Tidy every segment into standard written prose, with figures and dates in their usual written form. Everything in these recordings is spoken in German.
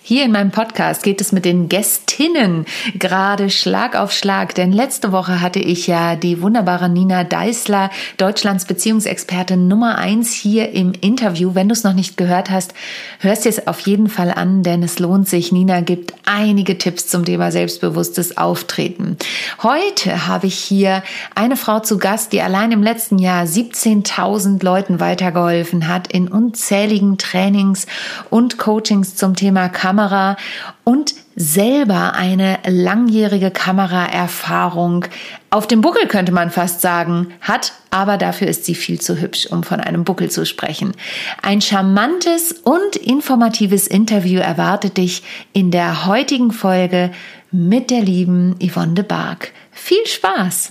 Hier in meinem Podcast geht es mit den Gästinnen gerade Schlag auf Schlag, denn letzte Woche hatte ich ja die wunderbare Nina Deißler, Deutschlands Beziehungsexpertin Nummer 1 hier im Interview. Wenn du es noch nicht gehört hast, hörst dir es auf jeden Fall an, denn es lohnt sich. Nina gibt einige Tipps zum Thema selbstbewusstes Auftreten. Heute habe ich hier eine Frau zu Gast, die allein im letzten Jahr 17.000 Leuten weitergeholfen hat in unzähligen Trainings und Coachings zum Thema Kamera und selber eine langjährige Kameraerfahrung auf dem Buckel, könnte man fast sagen, hat, aber dafür ist sie viel zu hübsch, um von einem Buckel zu sprechen. Ein charmantes und informatives Interview erwartet dich in der heutigen Folge mit der lieben Yvonne de Barg. Viel Spaß!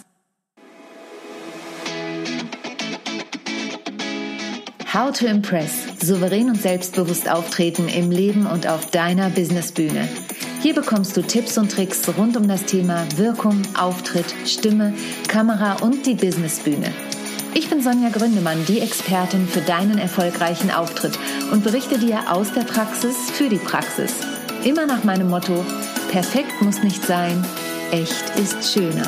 How to Impress. Souverän und selbstbewusst auftreten im Leben und auf deiner Businessbühne. Hier bekommst du Tipps und Tricks rund um das Thema Wirkung, Auftritt, Stimme, Kamera und die Businessbühne. Ich bin Sonja Gründemann, die Expertin für deinen erfolgreichen Auftritt und berichte dir aus der Praxis für die Praxis. Immer nach meinem Motto: Perfekt muss nicht sein, echt ist schöner.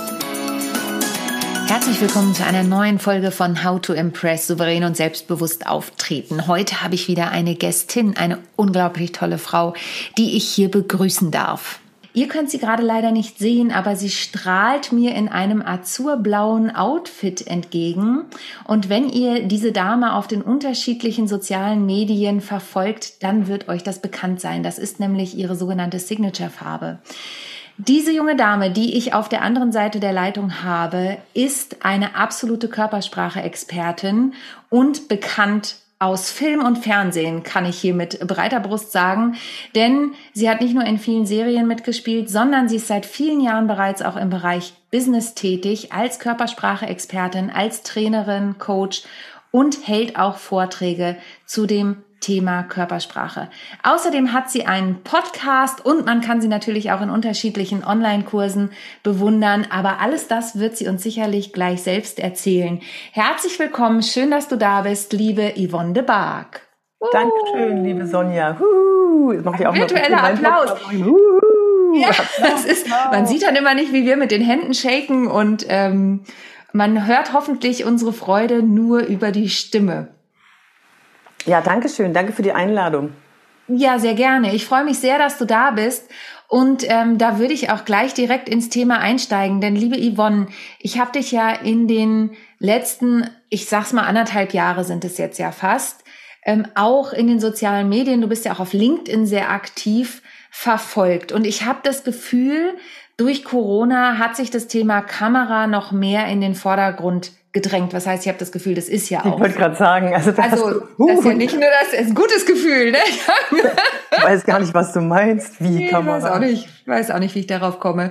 Herzlich willkommen zu einer neuen Folge von How to Impress, souverän und selbstbewusst auftreten. Heute habe ich wieder eine Gästin, eine unglaublich tolle Frau, die ich hier begrüßen darf. Ihr könnt sie gerade leider nicht sehen, aber sie strahlt mir in einem azurblauen Outfit entgegen. Und wenn ihr diese Dame auf den unterschiedlichen sozialen Medien verfolgt, dann wird euch das bekannt sein. Das ist nämlich ihre sogenannte Signature-Farbe. Diese junge Dame, die ich auf der anderen Seite der Leitung habe, ist eine absolute Körpersprache-Expertin und bekannt aus Film und Fernsehen, kann ich hier mit breiter Brust sagen. Denn sie hat nicht nur in vielen Serien mitgespielt, sondern sie ist seit vielen Jahren bereits auch im Bereich Business tätig, als Körpersprache-Expertin, als Trainerin, Coach und hält auch Vorträge zu dem Thema Körpersprache. Außerdem hat sie einen Podcast und man kann sie natürlich auch in unterschiedlichen Online-Kursen bewundern. Aber alles das wird sie uns sicherlich gleich selbst erzählen. Herzlich willkommen, schön, dass du da bist, liebe Yvonne de Barg. Dankeschön, liebe Sonja. Jetzt mache ich auch virtueller Applaus. Ja, das ist, man sieht dann immer nicht, wie wir mit den Händen shaken und man hört hoffentlich unsere Freude nur über die Stimme. Ja, danke schön. Danke für die Einladung. Ja, sehr gerne. Ich freue mich sehr, dass du da bist. Und da würde ich auch gleich direkt ins Thema einsteigen. Denn liebe Yvonne, ich habe dich ja in den letzten, ich sag's mal 1,5 Jahre sind es jetzt ja fast, auch in den sozialen Medien, du bist ja auch auf LinkedIn sehr aktiv, verfolgt. Und ich habe das Gefühl, durch Corona hat sich das Thema Kamera noch mehr in den Vordergrund gedrängt. Was heißt, ich habe das Gefühl, das ist ja auch. Ich wollte gerade sagen, das ist ja nicht nur das, ist ein gutes Gefühl, ne? Ich weiß gar nicht, was du meinst. Wie Kamera? Ich weiß auch nicht, wie ich darauf komme.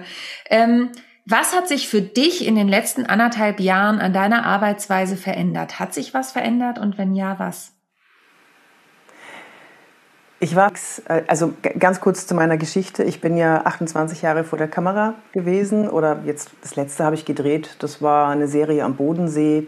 Was hat sich für dich in den letzten 1,5 Jahren an deiner Arbeitsweise verändert? Hat sich was verändert und wenn ja, was? Ich war, also ganz kurz zu meiner Geschichte. Ich bin ja 28 Jahre vor der Kamera gewesen oder jetzt das letzte habe ich gedreht. Das war eine Serie am Bodensee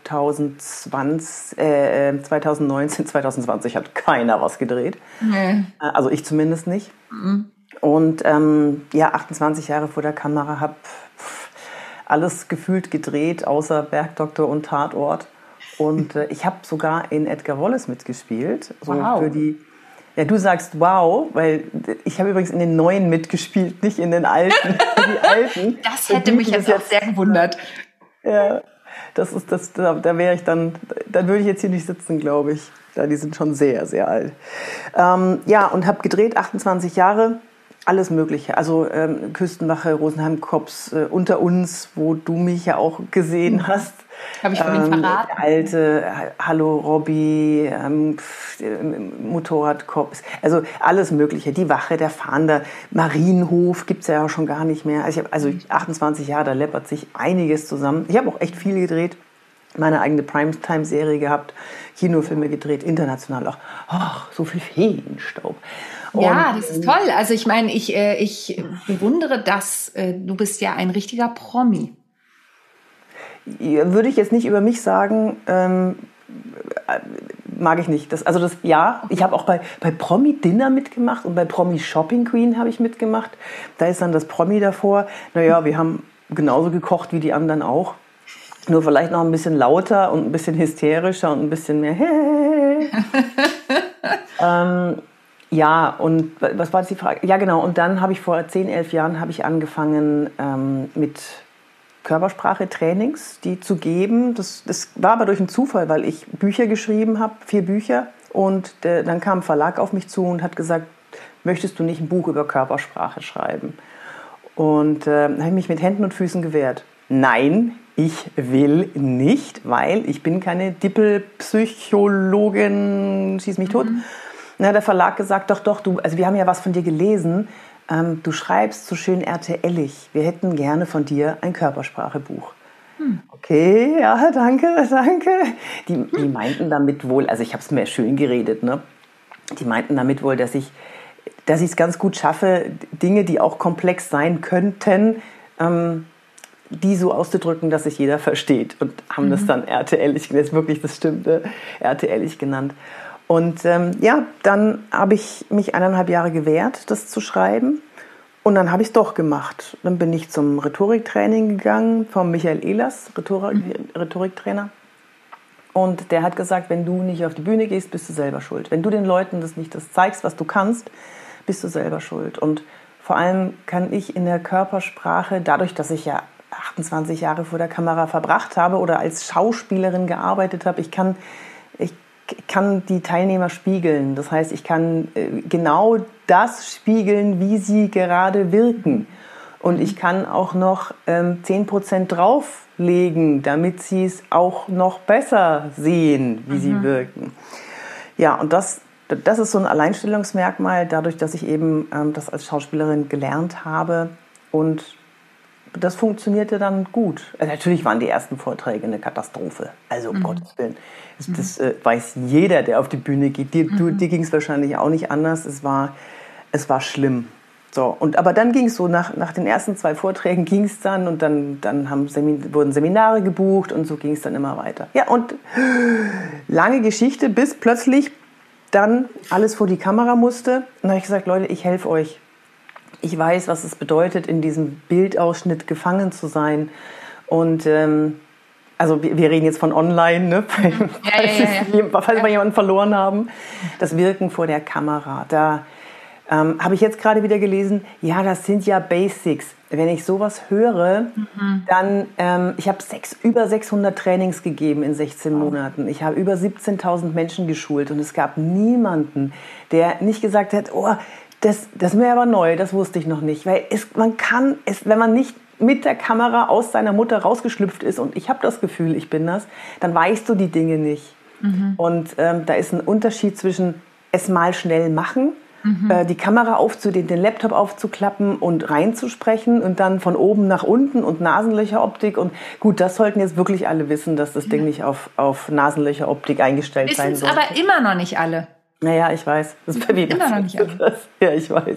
2019, 2020 hat keiner was gedreht. Nee. Also ich zumindest nicht. Mhm. Und 28 Jahre vor der Kamera habe alles gefühlt gedreht, außer Bergdoktor und Tatort. Und ich habe sogar in Edgar Wallace mitgespielt. So wow. Für die. Ja, du sagst wow, weil ich habe übrigens in den neuen mitgespielt, nicht in den alten. Die alten. Das hätte mich jetzt auch sehr gewundert. Ja, da wäre ich dann würde ich jetzt hier nicht sitzen, glaube ich. Ja, die sind schon sehr, sehr alt. Und habe gedreht, 28 Jahre, alles Mögliche. Also Küstenwache, Rosenheim Cops, Unter uns, wo du mich ja auch gesehen hast. Habe ich vorhin verraten. Alte, Hallo Robby, Motorradcops, also alles Mögliche. Die Wache, der Fahnder, Marienhof gibt's ja schon gar nicht mehr. Also ich habe 28 Jahre, da läppert sich einiges zusammen. Ich habe auch echt viel gedreht, meine eigene Primetime-Serie gehabt, Kinofilme gedreht, international auch. Ach, so viel Feenstaub. Ja, das ist toll. Also ich meine, ich bewundere das. Du bist ja ein richtiger Promi. Würde ich jetzt nicht über mich sagen. mag ich nicht. Ich habe auch bei Promi Dinner mitgemacht und bei Promi Shopping Queen habe ich mitgemacht. Da ist dann das Promi davor. Naja, wir haben genauso gekocht wie die anderen auch. Nur vielleicht noch ein bisschen lauter und ein bisschen hysterischer und ein bisschen mehr. Ja, und was war jetzt die Frage? Ja, genau. Und dann habe ich vor 10, 11 Jahren angefangen mit Körpersprache-Trainings, die zu geben. Das war aber durch einen Zufall, weil ich Bücher geschrieben habe, 4 Bücher. Und dann kam ein Verlag auf mich zu und hat gesagt, möchtest du nicht ein Buch über Körpersprache schreiben? Und habe ich mich mit Händen und Füßen gewehrt. Nein, ich will nicht, weil ich bin keine Dippelpsychologin, schieß mich tot. Na, der Verlag gesagt, doch, also wir haben ja was von dir gelesen. Du schreibst so schön RTL-ig. Wir hätten gerne von dir ein Körpersprachebuch. Okay, ja, danke. Die meinten damit wohl, also ich habe es mir schön geredet, ne? Die meinten damit wohl, dass ich es ganz gut schaffe, Dinge, die auch komplex sein könnten, die so auszudrücken, dass sich jeder versteht. Und haben das dann RTL-ig, das ist wirklich das Stimmte, RTL-ig genannt. Und dann habe ich mich 1,5 Jahre gewehrt, das zu schreiben. Und dann habe ich es doch gemacht. Dann bin ich zum Rhetoriktraining gegangen von Michael Ehlers, Rhetoriktrainer. Und der hat gesagt, wenn du nicht auf die Bühne gehst, bist du selber schuld. Wenn du den Leuten das zeigst, was du kannst, bist du selber schuld. Und vor allem kann ich in der Körpersprache, dadurch, dass ich ja 28 Jahre vor der Kamera verbracht habe oder als Schauspielerin gearbeitet habe, ich kann die Teilnehmer spiegeln. Das heißt, ich kann genau das spiegeln, wie sie gerade wirken. Und ich kann auch noch 10% drauflegen, damit sie es auch noch besser sehen, wie sie wirken. Ja, und das ist so ein Alleinstellungsmerkmal, dadurch, dass ich eben das als Schauspielerin gelernt habe. Und das funktionierte dann gut. Also natürlich waren die ersten Vorträge eine Katastrophe. Also um Gottes Willen. Das weiß jeder, der auf die Bühne geht. Dir ging es wahrscheinlich auch nicht anders. Es war schlimm. So, aber dann ging es so, nach den ersten 2 Vorträgen ging es dann und dann wurden Seminare gebucht und so ging es dann immer weiter. Ja, und lange Geschichte, bis plötzlich dann alles vor die Kamera musste. Und dann habe ich gesagt, Leute, ich helfe euch. Ich weiß, was es bedeutet, in diesem Bildausschnitt gefangen zu sein. Und also wir reden jetzt von online, ne? Falls wir jemanden verloren haben. Das Wirken vor der Kamera. Da habe ich jetzt gerade wieder gelesen, ja, das sind ja Basics. Wenn ich sowas höre, dann, ich habe über 600 Trainings gegeben in 16 Monaten. Ich habe über 17.000 Menschen geschult und es gab niemanden, der nicht gesagt hat, oh, das ist mir aber neu, das wusste ich noch nicht. Weil wenn man nicht mit der Kamera aus seiner Mutter rausgeschlüpft ist und ich habe das Gefühl, ich bin das, dann weißt du die Dinge nicht. Und da ist ein Unterschied zwischen es mal schnell machen, die Kamera den Laptop aufzuklappen und reinzusprechen und dann von oben nach unten und Nasenlöcheroptik. Und gut, das sollten jetzt wirklich alle wissen, dass das Ding nicht auf Nasenlöcheroptik eingestellt sein soll. Wissen es aber immer noch nicht alle. Naja, ich weiß. Das ist bei mir immer noch nicht alle. Ja, ich weiß.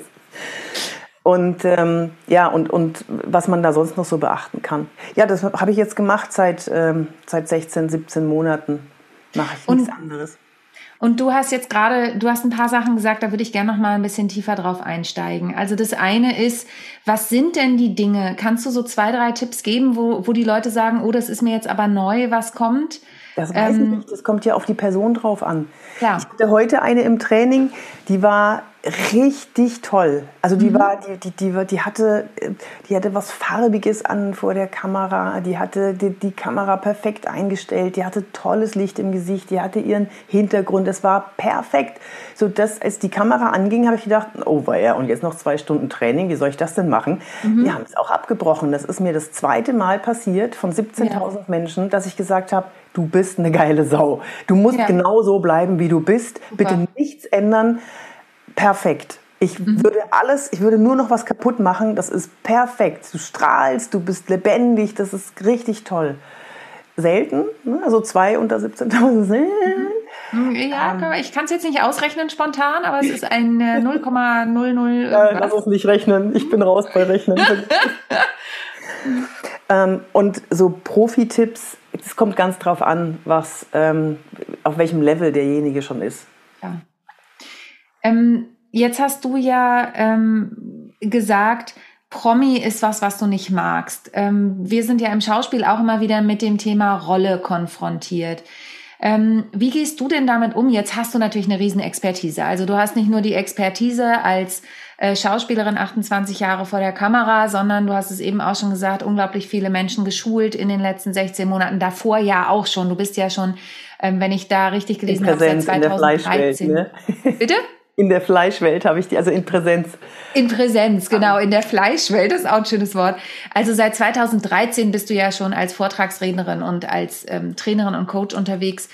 Und und was man da sonst noch so beachten kann. Ja, das habe ich jetzt gemacht seit 16, 17 Monaten. Mache ich nichts anderes. Und du hast ein paar Sachen gesagt, da würde ich gerne noch mal ein bisschen tiefer drauf einsteigen. Also das eine ist, was sind denn die Dinge? Kannst du so 2, 3 Tipps geben, wo die Leute sagen, oh, das ist mir jetzt aber neu, was kommt? Das weiß ich nicht, das kommt ja auf die Person drauf an. Klar. Ich hatte heute eine im Training, die war richtig toll. Also die hatte was Farbiges an vor der Kamera, die hatte die Kamera perfekt eingestellt, die hatte tolles Licht im Gesicht, die hatte ihren Hintergrund, das war perfekt. So, dass als die Kamera anging, habe ich gedacht, oh weia, und jetzt noch 2 Stunden Training, wie soll ich das denn machen? Wir haben es auch abgebrochen. Das ist mir das 2. Mal passiert von 17.000 Menschen, dass ich gesagt habe, du bist eine geile Sau. Du musst genau so bleiben, wie du bist. Super. Bitte nichts ändern. Perfekt. Ich würde nur noch was kaputt machen. Das ist perfekt. Du strahlst, du bist lebendig. Das ist richtig toll. Selten, ne? Also 2 unter 17.000. Ja, ich kann es jetzt nicht ausrechnen spontan, aber es ist ein 0,00. Lass uns nicht rechnen. Ich bin raus bei Rechnen. Und so Profi-Tipps, es kommt ganz drauf an, auf welchem Level derjenige schon ist. Ja. Jetzt hast du ja gesagt, Promi ist was du nicht magst. Wir sind ja im Schauspiel auch immer wieder mit dem Thema Rolle konfrontiert. Wie gehst du denn damit um? Jetzt hast du natürlich eine Riesenexpertise. Also du hast nicht nur die Expertise als Schauspielerin 28 Jahre vor der Kamera, sondern du hast es eben auch schon gesagt, unglaublich viele Menschen geschult in den letzten 16 Monaten. Davor ja auch schon. Du bist ja schon, wenn ich da richtig gelesen habe, seit 2013. In der Fleischwelt, ne? Bitte? In der Fleischwelt habe ich also in Präsenz. In Präsenz, genau, in der Fleischwelt, das ist auch ein schönes Wort. Also seit 2013 bist du ja schon als Vortragsrednerin und als Trainerin und Coach unterwegs.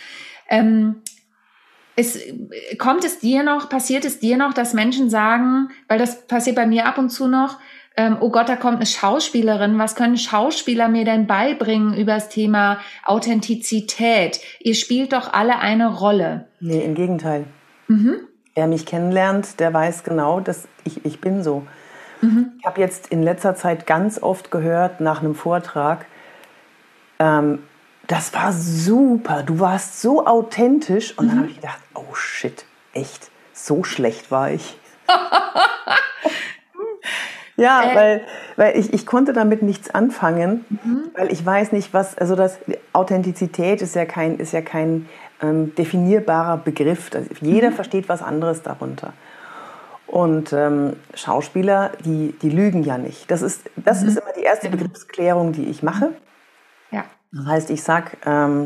Passiert es dir noch, dass Menschen sagen, weil das passiert bei mir ab und zu noch, oh Gott, da kommt eine Schauspielerin, was können Schauspieler mir denn beibringen über das Thema Authentizität? Ihr spielt doch alle eine Rolle. Nee, im Gegenteil. Wer mich kennenlernt, der weiß genau, dass ich bin so. Ich habe jetzt in letzter Zeit ganz oft gehört nach einem Vortrag, das war super, du warst so authentisch. Und dann habe ich gedacht, oh shit, echt, so schlecht war ich. Ja, weil ich konnte damit nichts anfangen, weil ich weiß nicht, Authentizität ist ja kein definierbarer Begriff. Jeder versteht was anderes darunter. Und Schauspieler, die lügen ja nicht. Das ist immer die erste Begriffsklärung, die ich mache. Ja. Das heißt, ich sag,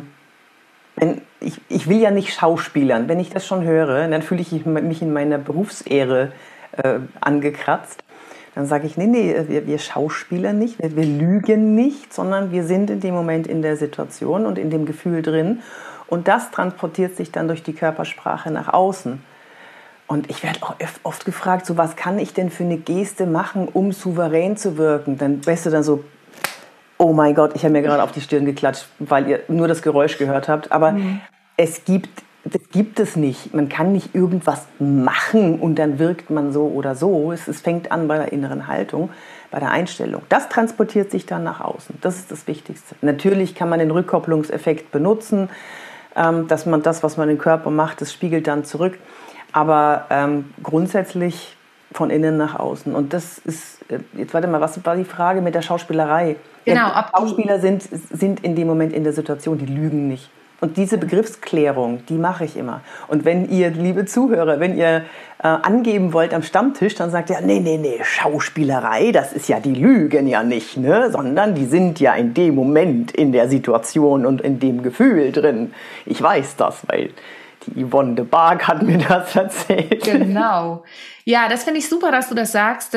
ich will ja nicht schauspielern. Wenn ich das schon höre, dann fühle ich mich in meiner Berufsehre angekratzt. Dann sage ich, nee, wir schauspielern nicht, wir lügen nicht, sondern wir sind in dem Moment in der Situation und in dem Gefühl drin. Und das transportiert sich dann durch die Körpersprache nach außen. Und ich werde auch oft gefragt, so was kann ich denn für eine Geste machen, um souverän zu wirken? Dann bist du dann so, oh mein Gott, ich habe mir gerade auf die Stirn geklatscht, weil ihr nur das Geräusch gehört habt. Aber das gibt es nicht. Man kann nicht irgendwas machen und dann wirkt man so oder so. Es fängt an bei der inneren Haltung, bei der Einstellung. Das transportiert sich dann nach außen. Das ist das Wichtigste. Natürlich kann man den Rückkopplungseffekt benutzen, dass man das, was man im Körper macht, das spiegelt dann zurück. Aber grundsätzlich von innen nach außen. Und das ist, jetzt warte mal, was war die Frage mit der Schauspielerei? Genau. Schauspieler sind in dem Moment in der Situation, die lügen nicht. Und diese Begriffsklärung, die mache ich immer. Und wenn ihr, liebe Zuhörer, wenn ihr angeben wollt am Stammtisch, dann sagt ihr, nee, Schauspielerei, das ist ja, die lügen ja nicht, ne? Sondern die sind ja in dem Moment in der Situation und in dem Gefühl drin. Ich weiß das, weil die Yvonne de Barg hat mir das erzählt. Genau. Ja, das finde ich super, dass du das sagst.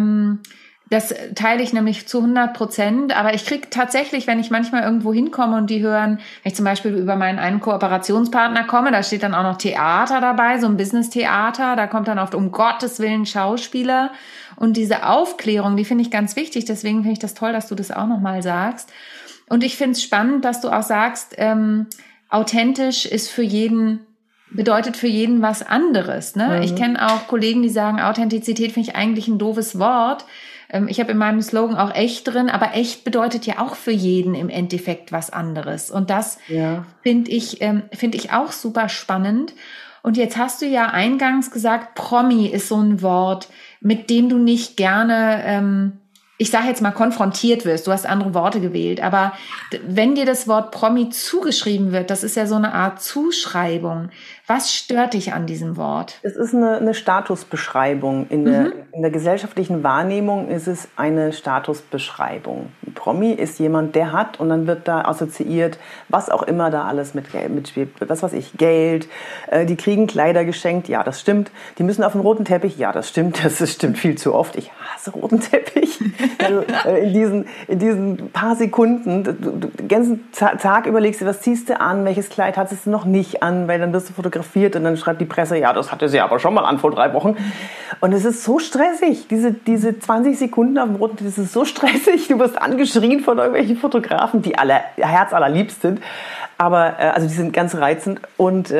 Das teile ich nämlich zu 100%. Aber ich kriege tatsächlich, wenn ich manchmal irgendwo hinkomme und die hören, wenn ich zum Beispiel über meinen einen Kooperationspartner komme, da steht dann auch noch Theater dabei, so ein Business-Theater. Da kommt dann oft um Gottes Willen Schauspieler. Und diese Aufklärung, die finde ich ganz wichtig. Deswegen finde ich das toll, dass du das auch nochmal sagst. Und ich finde es spannend, dass du auch sagst, authentisch ist bedeutet für jeden was anderes. Ne? Ich kenne auch Kollegen, die sagen, Authentizität finde ich eigentlich ein doofes Wort. Ich habe in meinem Slogan auch echt drin, aber echt bedeutet ja auch für jeden im Endeffekt was anderes. Und das finde ich auch super spannend. Und jetzt hast du ja eingangs gesagt, Promi ist so ein Wort, mit dem du nicht gerne, ich sage jetzt mal, konfrontiert wirst. Du hast andere Worte gewählt. Aber wenn dir das Wort Promi zugeschrieben wird, das ist ja so eine Art Zuschreibung. Was stört dich an diesem Wort? Es ist eine Statusbeschreibung. In der gesellschaftlichen Wahrnehmung ist es eine Statusbeschreibung. Ein Promi ist jemand, der hat, und dann wird da assoziiert, was auch immer da alles mitspielt. Was weiß ich, Geld, die kriegen Kleider geschenkt, ja, das stimmt. Die müssen auf den roten Teppich, ja, das stimmt viel zu oft. Ich hasse roten Teppich. Also, in diesen paar Sekunden, du den ganzen Tag überlegst du, was ziehst du an, welches Kleid hattest du noch nicht an, weil dann wirst du fotografiert und dann schreibt die Presse, ja, das hatte sie aber schon mal an vor 3 Wochen. Und es ist so stressig, diese 20 Sekunden auf dem roten Teppich, das ist so stressig. Du wirst angeschrien von irgendwelchen Fotografen, die alle herzallerliebst sind. Aber, also die sind ganz reizend. Und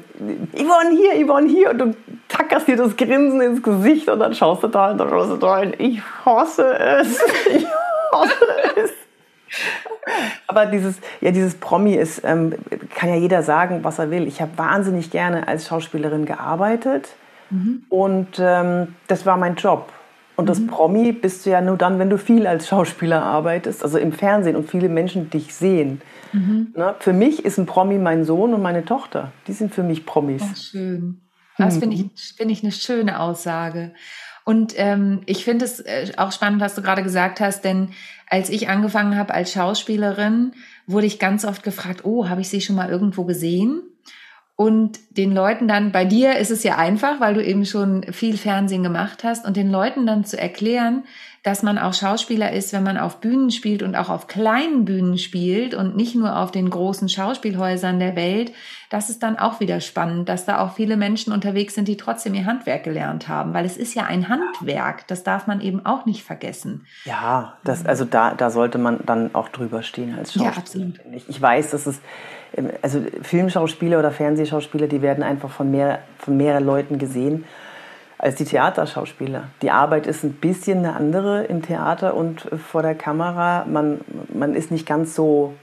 Yvonne hier. Und du tackerst dir das Grinsen ins Gesicht und dann schaust du da hin. Ich hasse es. Aber dieses Promi ist, kann ja jeder sagen, was er will. Ich habe wahnsinnig gerne als Schauspielerin gearbeitet und das war mein Job. Und das Promi bist du ja nur dann, wenn du viel als Schauspieler arbeitest, also im Fernsehen und viele Menschen dich sehen. Na, für mich ist ein Promi mein Sohn und meine Tochter. Die sind für mich Promis. Oh, schön. Das finde ich eine schöne Aussage. Und ich finde es auch spannend, was du gerade gesagt hast, denn als ich angefangen habe als Schauspielerin, wurde ich ganz oft gefragt, oh, habe ich sie schon mal irgendwo gesehen? Und den Leuten dann, bei dir ist es ja einfach, weil du eben schon viel Fernsehen gemacht hast, und den Leuten dann zu erklären, dass man auch Schauspieler ist, wenn man auf Bühnen spielt und auch auf kleinen Bühnen spielt und nicht nur auf den großen Schauspielhäusern der Welt, das ist dann auch wieder spannend, dass da auch viele Menschen unterwegs sind, die trotzdem ihr Handwerk gelernt haben, weil es ist ja ein Handwerk, das darf man eben auch nicht vergessen. Ja, da sollte man dann auch drüber stehen als Schauspieler. Ja, absolut. Ich weiß, dass es, also Filmschauspieler oder Fernsehschauspieler, die werden einfach von mehreren Leuten gesehen als die Theaterschauspieler. Die Arbeit ist ein bisschen eine andere im Theater und vor der Kamera. Man ist nicht ganz so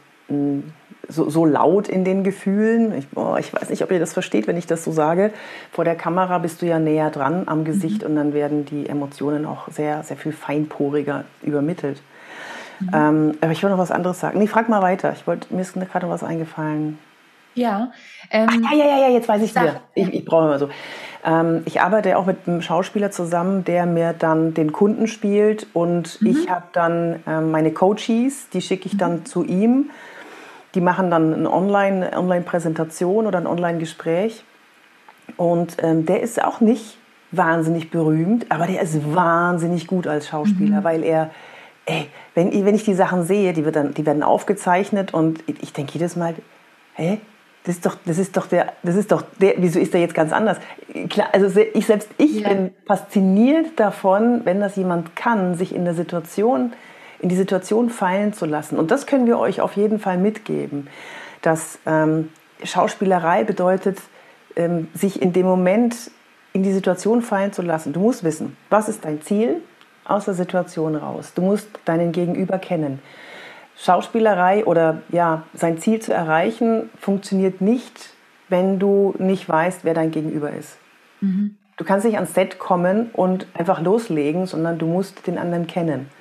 laut in den Gefühlen. Ich weiß nicht, ob ihr das versteht, wenn ich das so sage. Vor der Kamera bist du ja näher dran am Gesicht und dann werden die Emotionen auch sehr, sehr viel feinporiger übermittelt. Aber ich wollte noch was anderes sagen. Nee, frag mal weiter. Mir ist gerade noch was eingefallen. Ja. Jetzt weiß ich es wieder. Ich brauche immer so. Ich arbeite auch mit einem Schauspieler zusammen, der mir dann den Kunden spielt und ich habe dann meine Coaches, die schicke ich dann zu ihm. Die machen dann eine Online-Präsentation oder ein Online-Gespräch und der ist auch nicht wahnsinnig berühmt, aber der ist wahnsinnig gut als Schauspieler, weil er, wenn ich die Sachen sehe, die werden aufgezeichnet und ich denke jedes Mal, das ist doch der, wieso ist der jetzt ganz anders? Klar, also ich bin fasziniert davon, wenn das jemand kann, sich in die Situation fallen zu lassen. Und das können wir euch auf jeden Fall mitgeben, dass Schauspielerei bedeutet, sich in dem Moment in die Situation fallen zu lassen. Du musst wissen, was ist dein Ziel aus der Situation raus? Du musst deinen Gegenüber kennen. Schauspielerei oder sein Ziel zu erreichen, funktioniert nicht, wenn du nicht weißt, wer dein Gegenüber ist. Du kannst nicht ans Set kommen und einfach loslegen, sondern du musst den anderen kennen.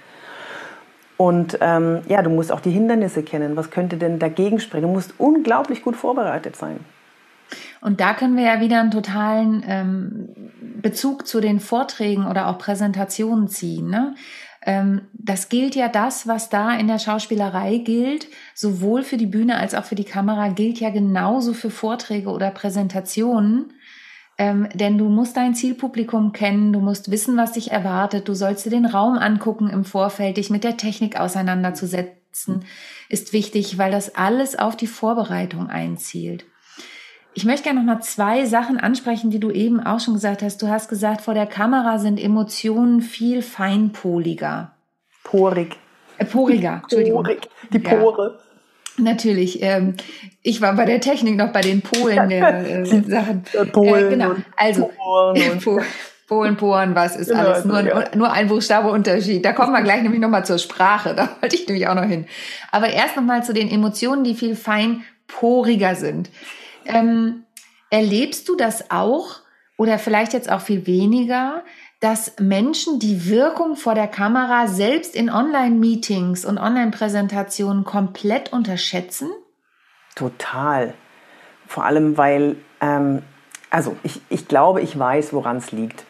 Und du musst auch die Hindernisse kennen. Was könnte denn dagegen sprechen? Du musst unglaublich gut vorbereitet sein. Und da können wir ja wieder einen totalen Bezug zu den Vorträgen oder auch Präsentationen ziehen, ne? Das gilt ja, das, was da in der Schauspielerei gilt, sowohl für die Bühne als auch für die Kamera, gilt ja genauso für Vorträge oder Präsentationen. Denn du musst dein Zielpublikum kennen, du musst wissen, was dich erwartet, du sollst dir den Raum angucken im Vorfeld, dich mit der Technik auseinanderzusetzen, ist wichtig, weil das alles auf die Vorbereitung einzielt. Ich möchte gerne noch mal 2 Sachen ansprechen, die du eben auch schon gesagt hast. Du hast gesagt, vor der Kamera sind Emotionen viel feinpoliger. Poriger, Entschuldigung. Die Pore. Ja, natürlich. Ich war bei der Technik noch bei den Polen Sachen. Polen genau. Also Polen, Poren, was ist alles? Nur ein Buchstabeunterschied. Da kommen wir gleich nämlich noch mal zur Sprache. Da wollte ich nämlich auch noch hin. Aber erst noch mal zu den Emotionen, die viel feinporiger sind. Erlebst du das auch oder vielleicht jetzt auch viel weniger, dass Menschen die Wirkung vor der Kamera selbst in Online-Meetings und Online-Präsentationen komplett unterschätzen? Total. Vor allem, weil, ich glaube, ich weiß, woran es liegt.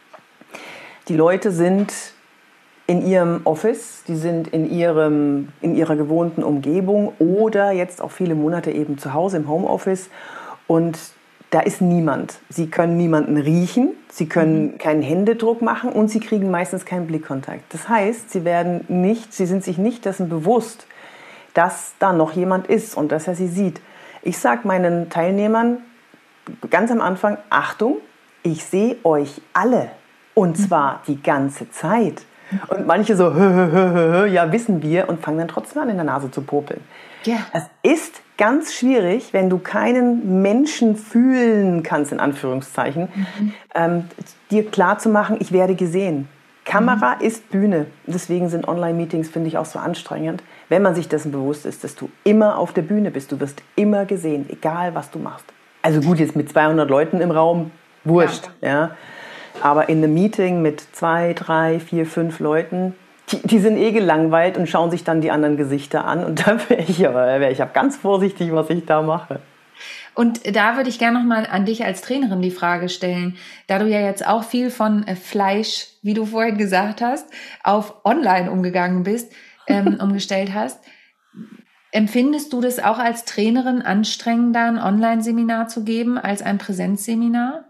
Die Leute sind in ihrem Office, die sind in ihrer gewohnten Umgebung oder jetzt auch viele Monate eben zu Hause im Homeoffice und da ist niemand. Sie können niemanden riechen, sie können keinen Händedruck machen und sie kriegen meistens keinen Blickkontakt. Das heißt, sie sind sich nicht dessen bewusst, dass da noch jemand ist und dass er sie sieht. Ich sage meinen Teilnehmern ganz am Anfang, Achtung, ich sehe euch alle und zwar die ganze Zeit. Und manche so, ja, wissen wir und fangen dann trotzdem an, in der Nase zu popeln. Ja. Es ist ganz schwierig, wenn du keinen Menschen fühlen kannst, in Anführungszeichen, dir klar zu machen, ich werde gesehen. Kamera ist Bühne. Deswegen sind Online-Meetings, finde ich, auch so anstrengend. Wenn man sich dessen bewusst ist, dass du immer auf der Bühne bist. Du wirst immer gesehen, egal was du machst. Also gut, jetzt mit 200 Leuten im Raum, wurscht. Ja. Aber in einem Meeting mit 2, 3, 4, 5 Leuten, die sind gelangweilt und schauen sich dann die anderen Gesichter an. Und da wäre ich ganz vorsichtig, was ich da mache. Und da würde ich gerne nochmal an dich als Trainerin die Frage stellen, da du ja jetzt auch viel von Fleisch, wie du vorhin gesagt hast, auf Online umgestellt hast. Empfindest du das auch als Trainerin anstrengender, ein Online-Seminar zu geben als ein Präsenzseminar?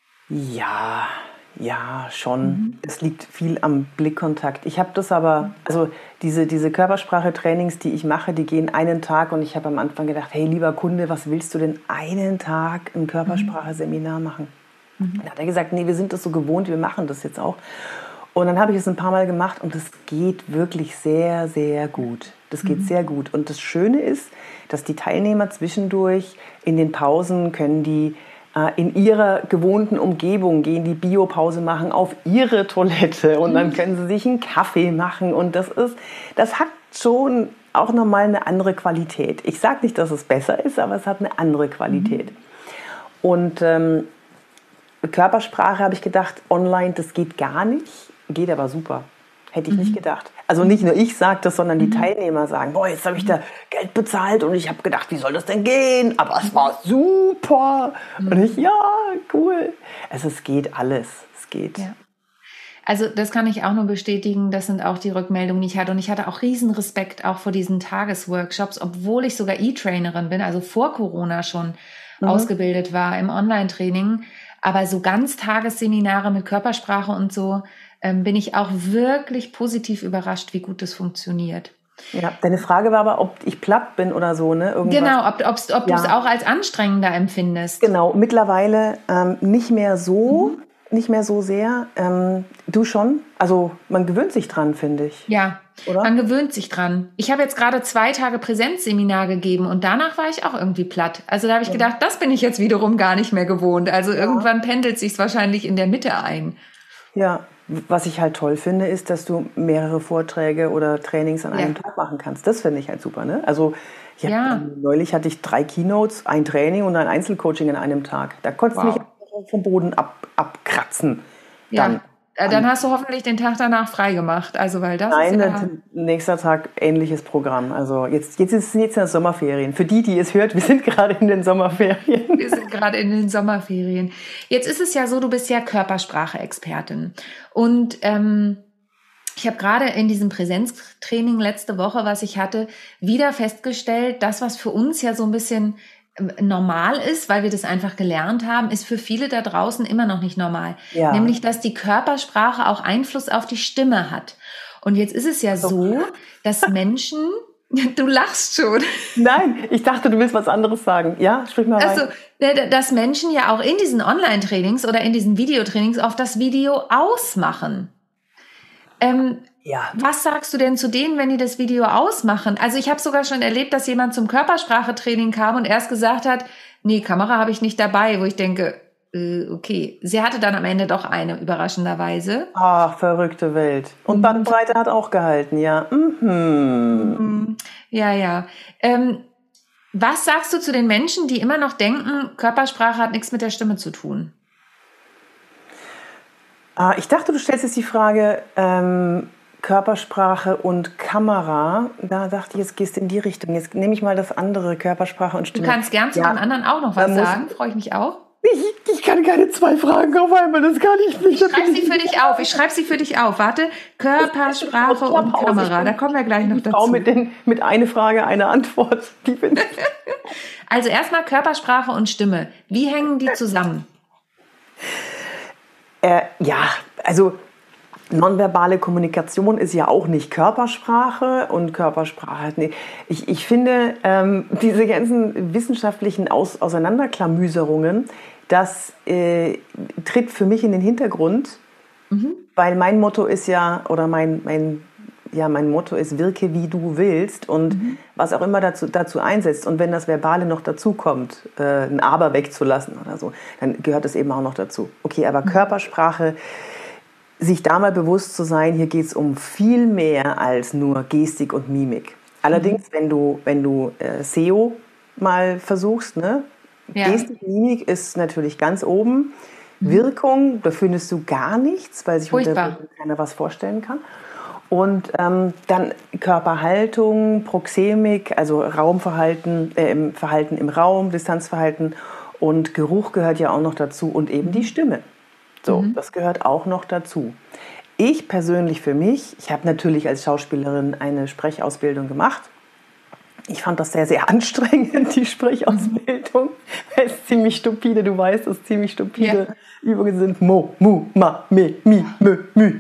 Ja, schon. Es liegt viel am Blickkontakt. Ich habe das aber, also diese Körpersprache-Trainings, die ich mache, die gehen einen Tag und ich habe am Anfang gedacht, hey, lieber Kunde, was willst du denn einen Tag ein Körpersprache-Seminar machen? Dann hat er gesagt, nee, wir sind das so gewohnt, wir machen das jetzt auch. Und dann habe ich es ein paar Mal gemacht und es geht wirklich sehr, sehr gut. Das geht sehr gut. Und das Schöne ist, dass die Teilnehmer zwischendurch in den Pausen können die in ihrer gewohnten Umgebung gehen, die Biopause machen auf ihre Toilette und dann können sie sich einen Kaffee machen und das hat schon auch nochmal eine andere Qualität. Ich sage nicht, dass es besser ist, aber es hat eine andere Qualität. Und Körpersprache habe ich gedacht, online, das geht gar nicht, geht aber super. Hätte ich nicht gedacht. Also nicht nur ich sage das, sondern die Teilnehmer sagen, boah, jetzt habe ich da Geld bezahlt und ich habe gedacht, wie soll das denn gehen? Aber es war super. Und ich, ja, cool. Also es geht alles. Es geht. Ja. Also das kann ich auch nur bestätigen. Das sind auch die Rückmeldungen, die ich hatte. Und ich hatte auch riesen Respekt auch vor diesen Tagesworkshops, obwohl ich sogar E-Trainerin bin, also vor Corona schon ausgebildet war im Online-Training. Aber so Ganztagesseminare mit Körpersprache und so, bin ich auch wirklich positiv überrascht, wie gut das funktioniert. Ja, deine Frage war aber, ob ich platt bin oder so, ne? Irgendwas. Genau, ob du es auch als anstrengender empfindest. Genau, mittlerweile nicht mehr so sehr. Du schon? Also man gewöhnt sich dran, finde ich. Ja, oder? Man gewöhnt sich dran. Ich habe jetzt gerade 2 Tage Präsenzseminar gegeben und danach war ich auch irgendwie platt. Also da habe ich gedacht, das bin ich jetzt wiederum gar nicht mehr gewohnt. Also irgendwann pendelt sich's wahrscheinlich in der Mitte ein. Ja, was ich halt toll finde, ist, dass du mehrere Vorträge oder Trainings an einem Tag machen kannst. Das finde ich halt super, ne? Also neulich hatte ich 3 Keynotes, ein Training und ein Einzelcoaching an einem Tag. Da konntest du mich vom Boden abkratzen. Dann hast du hoffentlich den Tag danach frei gemacht. Also, weil das nächster Tag ähnliches Programm. Also jetzt sind ja Sommerferien. Für die es hört, wir sind gerade in den Sommerferien. Jetzt ist es ja so, du bist ja Körpersprache-Expertin. Und ich habe gerade in diesem Präsenztraining letzte Woche, was ich hatte, wieder festgestellt, das, was für uns ja so ein bisschen normal ist, weil wir das einfach gelernt haben, ist für viele da draußen immer noch nicht normal. Ja. Nämlich, dass die Körpersprache auch Einfluss auf die Stimme hat. Und jetzt ist es ja so, dass Menschen, du lachst schon. Nein, ich dachte, du willst was anderes sagen. Ja, sprich mal rein. Also, dass Menschen ja auch in diesen Online-Trainings oder in diesen Videotrainings oft das Video ausmachen. Was sagst du denn zu denen, wenn die das Video ausmachen? Also ich habe sogar schon erlebt, dass jemand zum Körpersprache-Training kam und erst gesagt hat, nee, Kamera habe ich nicht dabei, wo ich denke, okay. Sie hatte dann am Ende doch eine, überraschenderweise. Ach, verrückte Welt. Und Bandbreite hat auch gehalten, ja. Ja. Was sagst du zu den Menschen, die immer noch denken, Körpersprache hat nichts mit der Stimme zu tun? Ich dachte, du stellst jetzt die Frage, Körpersprache und Kamera. Da dachte ich, jetzt gehst du in die Richtung. Jetzt nehme ich mal das andere, Körpersprache und Stimme. Du kannst gern zu dem anderen auch noch was sagen, freue ich mich auch. Ich kann keine 2 Fragen auf einmal, das kann ich nicht. Ich schreibe sie für dich auf. Warte, Körpersprache und Kamera, da kommen wir gleich noch dazu. Mit eine Frage, eine Antwort. Also erstmal Körpersprache und Stimme. Wie hängen die zusammen? Also nonverbale Kommunikation ist ja auch nicht Körpersprache und Körpersprache. Nee. Ich finde, diese ganzen wissenschaftlichen Auseinanderklamüserungen, das tritt für mich in den Hintergrund, weil mein Motto ist ja, oder mein Motto ist, wirke wie du willst und was auch immer dazu einsetzt. Und wenn das Verbale noch dazu kommt, ein Aber wegzulassen oder so, dann gehört das eben auch noch dazu. Okay, aber Körpersprache sich da mal bewusst zu sein, hier geht es um viel mehr als nur Gestik und Mimik. Allerdings, wenn du SEO mal versuchst, ne? Ja. Gestik, Mimik ist natürlich ganz oben. Wirkung, da findest du gar nichts, weil sich unter Wirkung keiner was vorstellen kann. Und dann Körperhaltung, Proxemik, also Raumverhalten, Verhalten im Raum, Distanzverhalten und Geruch gehört ja auch noch dazu und eben die Stimme. So, das gehört auch noch dazu. Ich persönlich für mich, ich habe natürlich als Schauspielerin eine Sprechausbildung gemacht. Ich fand das sehr, sehr anstrengend, die Sprechausbildung. Es ist ziemlich stupide, du weißt, dass ziemlich stupide Übungen sind. Mo, mu, ma, me, mi, mö, mü.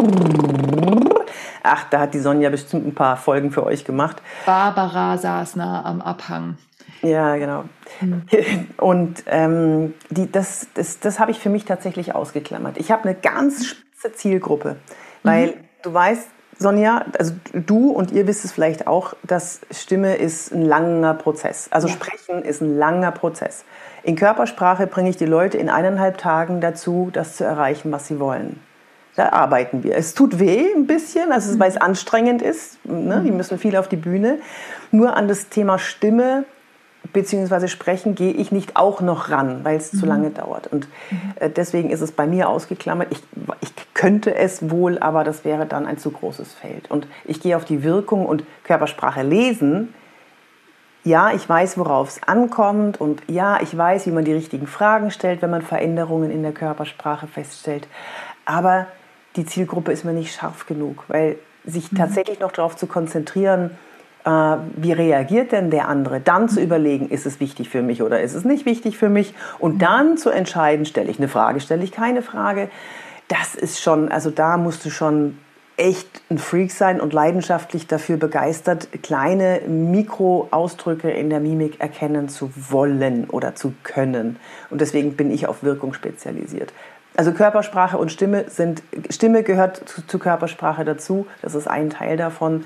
Ach, da hat die Sonja bestimmt ein paar Folgen für euch gemacht. Barbara saß nah am Abhang. Ja, genau. Und das habe ich für mich tatsächlich ausgeklammert. Ich habe eine ganz spitze Zielgruppe, weil du weißt, Sonja, also du und ihr wisst es vielleicht auch, dass Stimme ist ein langer Prozess. Also Sprechen ist ein langer Prozess. In Körpersprache bringe ich die Leute in 1,5 Tagen dazu, das zu erreichen, was sie wollen. Da arbeiten wir. Es tut weh ein bisschen, also weil es anstrengend ist. Ne? Die müssen viel auf die Bühne. Nur an das Thema Stimme bzw. Sprechen gehe ich nicht auch noch ran, weil es zu lange dauert. Und deswegen ist es bei mir ausgeklammert. Ich könnte es wohl, aber das wäre dann ein zu großes Feld. Und ich gehe auf die Wirkung und Körpersprache lesen. Ja, ich weiß, worauf es ankommt. Und ja, ich weiß, wie man die richtigen Fragen stellt, wenn man Veränderungen in der Körpersprache feststellt. Aber die Zielgruppe ist mir nicht scharf genug, weil sich tatsächlich noch darauf zu konzentrieren, wie reagiert denn der andere? Dann zu überlegen, ist es wichtig für mich oder ist es nicht wichtig für mich? Und dann zu entscheiden, stelle ich eine Frage, stelle ich keine Frage. Das ist schon, also da musst du schon echt ein Freak sein und leidenschaftlich dafür begeistert, kleine Mikroausdrücke in der Mimik erkennen zu wollen oder zu können. Und deswegen bin ich auf Wirkung spezialisiert. Also Körpersprache und Stimme gehört zu Körpersprache dazu. Das ist ein Teil davon.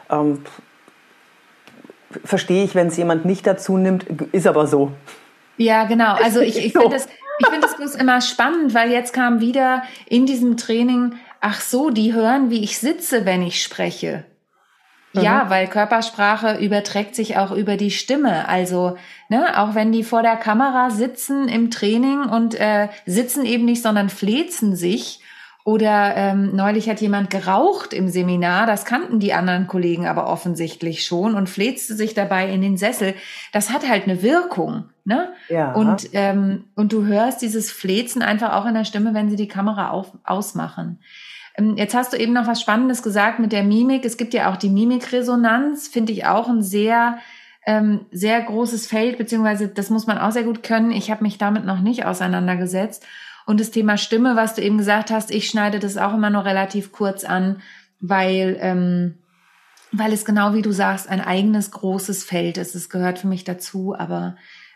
Verstehe ich, wenn es jemand nicht dazu nimmt, ist aber so. Ja, genau. Also ich finde das bloß immer spannend, weil jetzt kam wieder in diesem Training, ach so, die hören, wie ich sitze, wenn ich spreche. Ja, weil Körpersprache überträgt sich auch über die Stimme. Also, ne, auch wenn die vor der Kamera sitzen im Training und sitzen eben nicht, sondern flezen sich. Oder neulich hat jemand geraucht im Seminar, das kannten die anderen Kollegen aber offensichtlich schon und flezte sich dabei in den Sessel. Das hat halt eine Wirkung, ne? Ja. Und du hörst dieses Flezen einfach auch in der Stimme, wenn sie die Kamera ausmachen. Jetzt hast du eben noch was Spannendes gesagt mit der Mimik. Es gibt ja auch die Mimikresonanz, finde ich auch ein sehr, sehr großes Feld, beziehungsweise das muss man auch sehr gut können. Ich habe mich damit noch nicht auseinandergesetzt. Und das Thema Stimme, was du eben gesagt hast, ich schneide das auch immer nur relativ kurz an, weil es genau wie du sagst, ein eigenes großes Feld ist. Es gehört für mich dazu, aber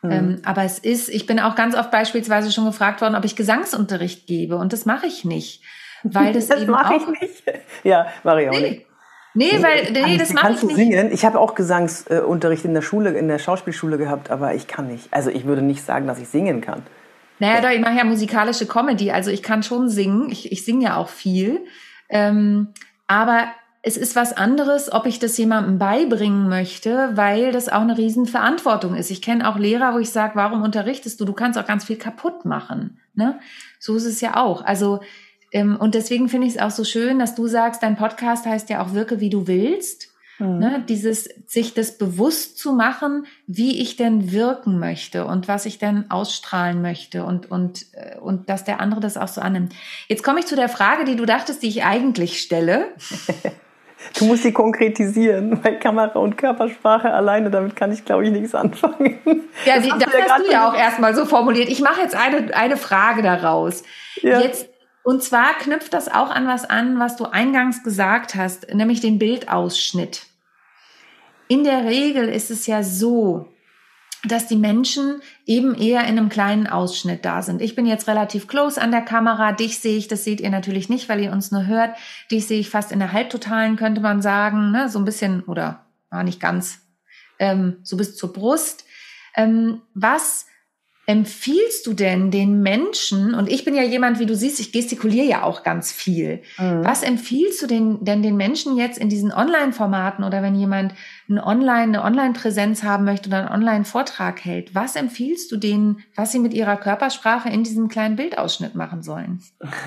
ich bin auch ganz oft beispielsweise schon gefragt worden, ob ich Gesangsunterricht gebe und das mache ich nicht. Weil das mache ich nicht. Ja, Marion. Das mache ich nicht. Kannst du singen? Ich habe auch Gesangsunterricht in der Schule, in der Schauspielschule gehabt, aber ich kann nicht. Also ich würde nicht sagen, dass ich singen kann. Naja, doch, ich mache ja musikalische Comedy, also ich kann schon singen. Ich singe ja auch viel. Aber es ist was anderes, ob ich das jemandem beibringen möchte, weil das auch eine Riesenverantwortung ist. Ich kenne auch Lehrer, wo ich sage, warum unterrichtest du? Du kannst auch ganz viel kaputt machen. Ne? So ist es ja auch. Also und deswegen finde ich es auch so schön, dass du sagst, dein Podcast heißt ja auch Wirke, wie du willst. Ne? Sich das bewusst zu machen, wie ich denn wirken möchte und was ich denn ausstrahlen möchte und dass der andere das auch so annimmt. Jetzt komme ich zu der Frage, die du dachtest, die ich eigentlich stelle. Du musst sie konkretisieren, weil Kamera und Körpersprache alleine, damit kann ich, glaube ich, nichts anfangen. Ja, das hast du ja auch erstmal so formuliert. Ich mache jetzt eine Frage daraus. Ja. Und zwar knüpft das auch an, was du eingangs gesagt hast, nämlich den Bildausschnitt. In der Regel ist es ja so, dass die Menschen eben eher in einem kleinen Ausschnitt da sind. Ich bin jetzt relativ close an der Kamera, dich sehe ich, das seht ihr natürlich nicht, weil ihr uns nur hört, dich sehe ich fast in der Halbtotalen, könnte man sagen, ne? So ein bisschen, oder nicht ganz, so bis zur Brust. Was empfiehlst du denn den Menschen, und ich bin ja jemand, wie du siehst, ich gestikuliere ja auch ganz viel. Was empfiehlst du denn den Menschen jetzt in diesen Online-Formaten oder wenn jemand eine Online-Präsenz haben möchte oder einen Online-Vortrag hält? Was empfiehlst du denen, was sie mit ihrer Körpersprache in diesem kleinen Bildausschnitt machen sollen?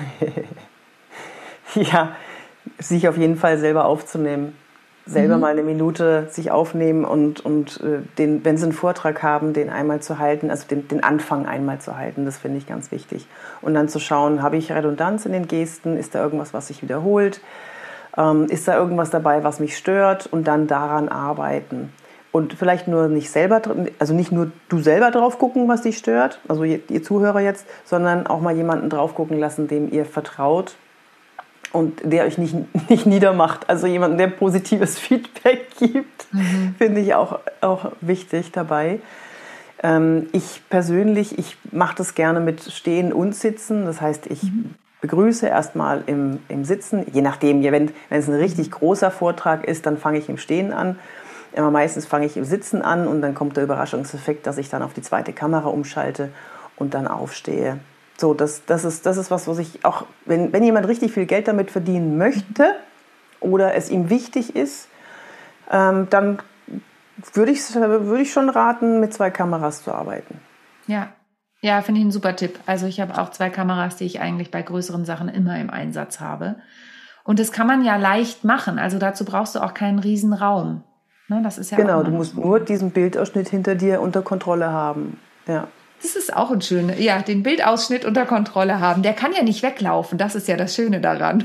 Ja, sich auf jeden Fall selber aufzunehmen. Selber mal eine Minute sich aufnehmen und wenn sie einen Vortrag haben, den einmal zu halten, also den Anfang einmal zu halten, das finde ich ganz wichtig. Und dann zu schauen, habe ich Redundanz in den Gesten, ist da irgendwas, was sich wiederholt, ist da irgendwas dabei, was mich stört und dann daran arbeiten. Und vielleicht nur nicht nur du selber drauf gucken, was dich stört, also ihr Zuhörer jetzt, sondern auch mal jemanden drauf gucken lassen, dem ihr vertraut. Und der euch nicht niedermacht. Also jemanden, der positives Feedback gibt, finde ich auch wichtig dabei. Ich persönlich, ich mache das gerne mit Stehen und Sitzen. Das heißt, ich begrüße erstmal im Sitzen. Je nachdem, wenn es ein richtig großer Vortrag ist, dann fange ich im Stehen an. Aber meistens fange ich im Sitzen an und dann kommt der Überraschungseffekt, dass ich dann auf die zweite Kamera umschalte und dann aufstehe. So, das ist was ich auch, wenn jemand richtig viel Geld damit verdienen möchte oder es ihm wichtig ist, dann würde ich schon raten, mit 2 Kameras zu arbeiten. Ja, finde ich einen super Tipp. Also ich habe auch 2 Kameras, die ich eigentlich bei größeren Sachen immer im Einsatz habe. Und das kann man ja leicht machen. Also dazu brauchst du auch keinen riesen Raum. Ne, das ist ja genau, du musst nur diesen Bildausschnitt hinter dir unter Kontrolle haben. Ja. Das ist auch ein schöner, den Bildausschnitt unter Kontrolle haben. Der kann ja nicht weglaufen. Das ist ja das Schöne daran.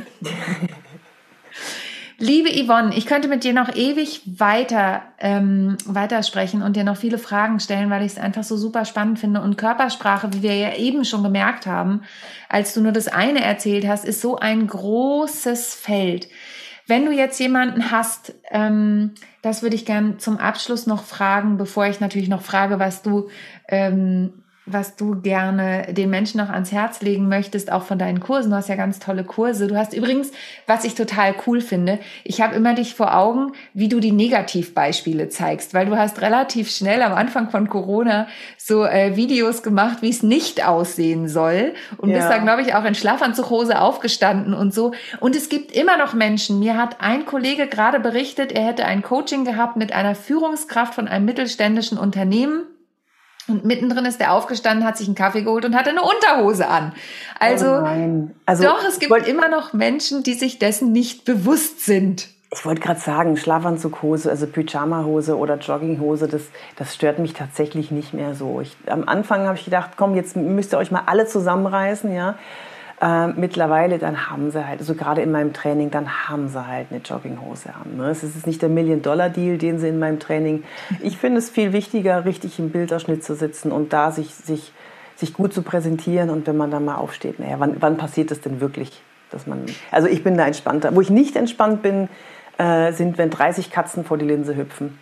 Liebe Yvonne, ich könnte mit dir noch ewig weitersprechen und dir noch viele Fragen stellen, weil ich es einfach so super spannend finde. Und Körpersprache, wie wir ja eben schon gemerkt haben, als du nur das eine erzählt hast, ist so ein großes Feld. Wenn du jetzt jemanden hast, das würde ich gern zum Abschluss noch fragen, bevor ich natürlich noch frage, was du gerne den Menschen noch ans Herz legen möchtest, auch von deinen Kursen. Du hast ja ganz tolle Kurse. Du hast übrigens, was ich total cool finde, ich habe immer dich vor Augen, wie du die Negativbeispiele zeigst, weil du hast relativ schnell am Anfang von Corona so Videos gemacht, wie es nicht aussehen soll und bist da, glaube ich, auch in Schlafanzughose aufgestanden und so. Und es gibt immer noch Menschen. Mir hat ein Kollege gerade berichtet, er hätte ein Coaching gehabt mit einer Führungskraft von einem mittelständischen Unternehmen. Und mittendrin ist er aufgestanden, hat sich einen Kaffee geholt und hatte eine Unterhose an. Also doch, es gibt immer noch Menschen, die sich dessen nicht bewusst sind. Ich wollte gerade sagen, Schlafanzughose, also Pyjamahose oder Jogginghose, das stört mich tatsächlich nicht mehr so. Am Anfang habe ich gedacht, komm, jetzt müsst ihr euch mal alle zusammenreißen, ja. Mittlerweile, dann haben sie halt, also gerade in meinem Training, dann haben sie halt eine Jogginghose an. Ne? Es ist nicht der $1-Million-Deal, den sie in meinem Training. Ich finde es viel wichtiger, richtig im Bildausschnitt zu sitzen und da sich gut zu präsentieren. Und wenn man dann mal aufsteht, naja, wann passiert das denn wirklich? Also ich bin da entspannter. Wo ich nicht entspannt bin, sind, wenn 30 Katzen vor die Linse hüpfen.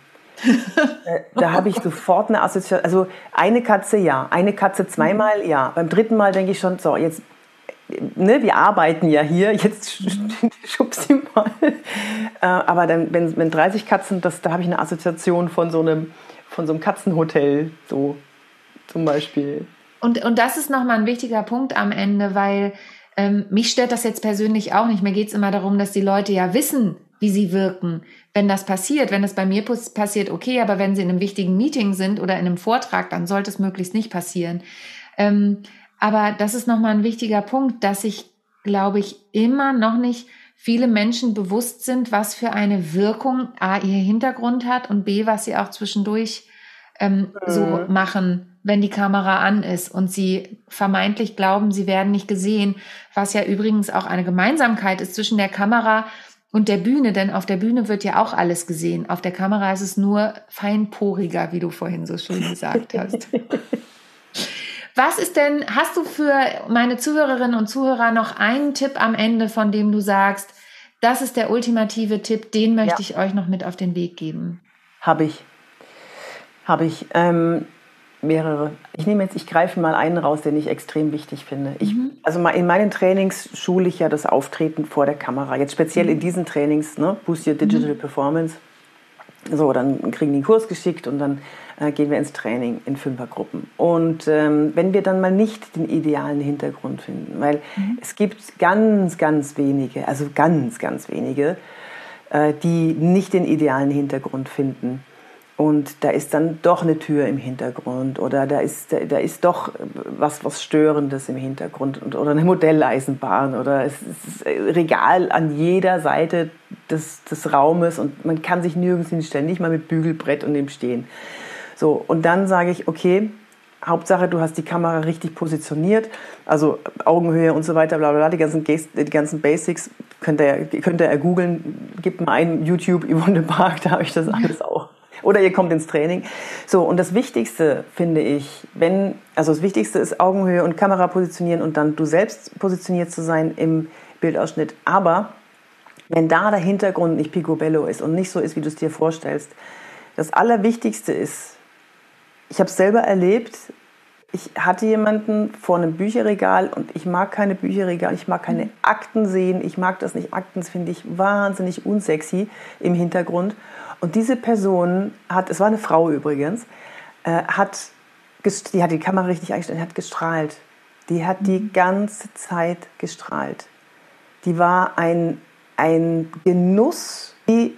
Da habe ich sofort eine Assoziation. Also eine Katze, ja. Eine Katze zweimal, ja. Beim 3. Mal denke ich schon, so, jetzt... Ne, wir arbeiten ja hier, jetzt schubst sie mal. Aber dann, wenn 30 Katzen, da habe ich eine Assoziation von so einem Katzenhotel, so zum Beispiel. Und das ist nochmal ein wichtiger Punkt am Ende, weil mich stört das jetzt persönlich auch nicht. Mir geht es immer darum, dass die Leute ja wissen, wie sie wirken. Wenn das passiert, wenn das bei mir passiert, okay, aber wenn sie in einem wichtigen Meeting sind oder in einem Vortrag, dann sollte es möglichst nicht passieren. Aber das ist nochmal ein wichtiger Punkt, dass sich, glaube ich, immer noch nicht viele Menschen bewusst sind, was für eine Wirkung A, ihr Hintergrund hat und B, was sie auch zwischendurch so machen, wenn die Kamera an ist und sie vermeintlich glauben, sie werden nicht gesehen, was ja übrigens auch eine Gemeinsamkeit ist zwischen der Kamera und der Bühne, denn auf der Bühne wird ja auch alles gesehen. Auf der Kamera ist es nur feinporiger, wie du vorhin so schön gesagt hast. Was ist denn, hast du für meine Zuhörerinnen und Zuhörer noch einen Tipp am Ende, von dem du sagst, das ist der ultimative Tipp, den möchte ich euch noch mit auf den Weg geben? Habe ich. Mehrere. Ich greife mal einen raus, den ich extrem wichtig finde. Also in meinen Trainings schule ich ja das Auftreten vor der Kamera. Jetzt speziell in diesen Trainings, ne, Boost Your Digital Performance. So, dann kriegen die einen Kurs geschickt und dann gehen wir ins Training in Fünfergruppen. Und wenn wir dann mal nicht den idealen Hintergrund finden, weil es gibt ganz, ganz wenige, also ganz, ganz wenige, die nicht den idealen Hintergrund finden. Und da ist dann doch eine Tür im Hintergrund oder da ist doch was Störendes im Hintergrund oder eine Modelleisenbahn oder es ist ein Regal an jeder Seite des Raumes und man kann sich nirgends hinstellen, nicht mal mit Bügelbrett und dem Stehen. So, und dann sage ich, okay, Hauptsache, du hast die Kamera richtig positioniert, also Augenhöhe und so weiter, bla bla, die ganzen Basics könnt ihr googeln, gebt mal ein YouTube Yvonne de Barg, da habe ich das alles auch. Oder ihr kommt ins Training. So, und das Wichtigste finde ich, das Wichtigste ist Augenhöhe und Kamera positionieren und dann du selbst positioniert zu sein im Bildausschnitt. Aber wenn da der Hintergrund nicht picobello ist und nicht so ist, wie du es dir vorstellst, das Allerwichtigste ist, ich habe es selber erlebt, ich hatte jemanden vor einem Bücherregal und ich mag keine Bücherregale, ich mag keine Akten sehen, ich mag das nicht. Akten finde ich wahnsinnig unsexy im Hintergrund. Und diese Person es war eine Frau übrigens, die hat die Kamera richtig eingestellt, hat gestrahlt. Die hat die ganze Zeit gestrahlt. Die war ein Genuss. Ich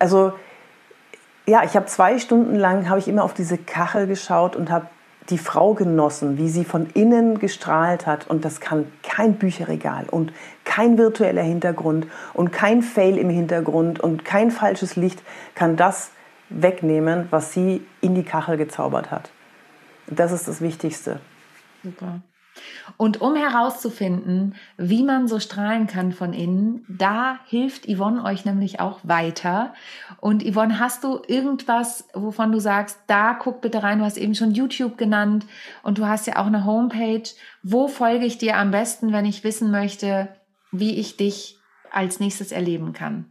habe 2 Stunden lang, habe ich immer auf diese Kachel geschaut und habe die Frau genossen, wie sie von innen gestrahlt hat. Und das kann kein Bücherregal und kein virtueller Hintergrund und kein Fail im Hintergrund und kein falsches Licht kann das wegnehmen, was sie in die Kachel gezaubert hat. Das ist das Wichtigste. Super. Und um herauszufinden, wie man so strahlen kann von innen, da hilft Yvonne euch nämlich auch weiter. Und Yvonne, hast du irgendwas, wovon du sagst, da guck bitte rein, du hast eben schon YouTube genannt und du hast ja auch eine Homepage. Wo folge ich dir am besten, wenn ich wissen möchte, wie ich dich als nächstes erleben kann?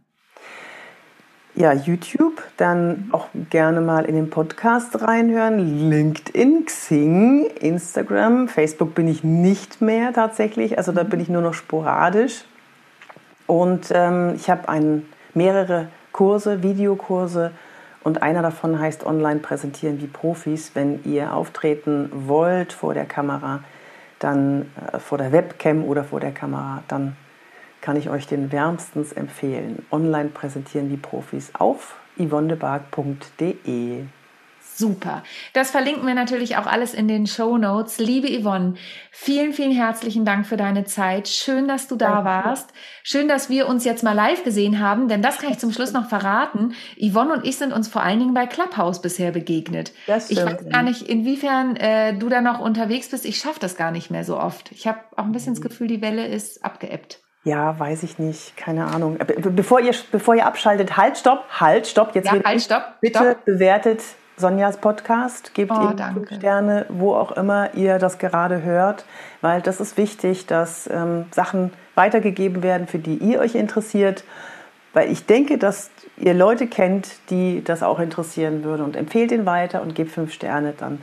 Ja, YouTube, dann auch gerne mal in den Podcast reinhören, LinkedIn, Xing, Instagram, Facebook bin ich nicht mehr tatsächlich, also da bin ich nur noch sporadisch. Und ich habe mehrere Kurse, Videokurse und einer davon heißt Online präsentieren wie Profis. Wenn ihr auftreten wollt vor der Kamera, dann vor der Webcam oder vor der Kamera, dann kann ich euch den wärmstens empfehlen. Online präsentieren wie Profis auf yvonnedebarg.de. Super. Das verlinken wir natürlich auch alles in den Shownotes. Liebe Yvonne, vielen, vielen herzlichen Dank für deine Zeit. Schön, dass du da warst. Schön, dass wir uns jetzt mal live gesehen haben, denn das kann ich zum Schluss noch verraten. Yvonne und ich sind uns vor allen Dingen bei Clubhouse bisher begegnet. Das stimmt. Ich weiß gar nicht, inwiefern du da noch unterwegs bist. Ich schaffe das gar nicht mehr so oft. Ich habe auch ein bisschen das Gefühl, die Welle ist abgeebbt. Ja, weiß ich nicht, keine Ahnung. Bevor ihr abschaltet, halt, stopp, jetzt bitte bewertet Sonjas Podcast, gebt ihm 5 Sterne, wo auch immer ihr das gerade hört, weil das ist wichtig, dass Sachen weitergegeben werden, für die ihr euch interessiert, weil ich denke, dass ihr Leute kennt, die das auch interessieren würde und empfehlt ihn weiter und gebt 5 Sterne, dann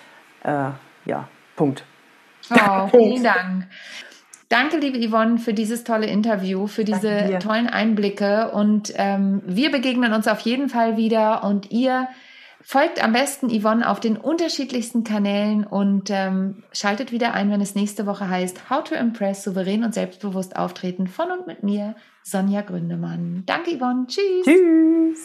Punkt. Oh, vielen Dank. Danke, liebe Yvonne, für dieses tolle Interview, für diese tollen Einblicke und wir begegnen uns auf jeden Fall wieder und ihr folgt am besten Yvonne auf den unterschiedlichsten Kanälen und schaltet wieder ein, wenn es nächste Woche heißt How to Impress, souverän und selbstbewusst auftreten von und mit mir, Sonja Gründemann. Danke, Yvonne. Tschüss. Tschüss.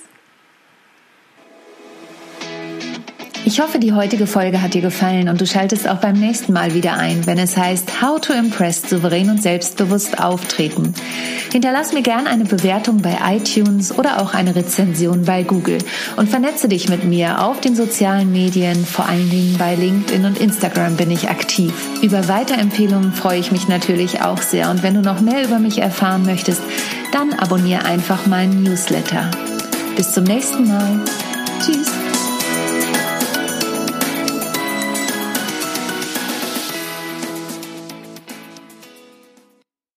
Ich hoffe, die heutige Folge hat dir gefallen und du schaltest auch beim nächsten Mal wieder ein, wenn es heißt How to Impress, souverän und selbstbewusst auftreten. Hinterlass mir gerne eine Bewertung bei iTunes oder auch eine Rezension bei Google und vernetze dich mit mir auf den sozialen Medien, vor allen Dingen bei LinkedIn und Instagram bin ich aktiv. Über Weiterempfehlungen freue ich mich natürlich auch sehr und wenn du noch mehr über mich erfahren möchtest, dann abonniere einfach meinen Newsletter. Bis zum nächsten Mal. Tschüss.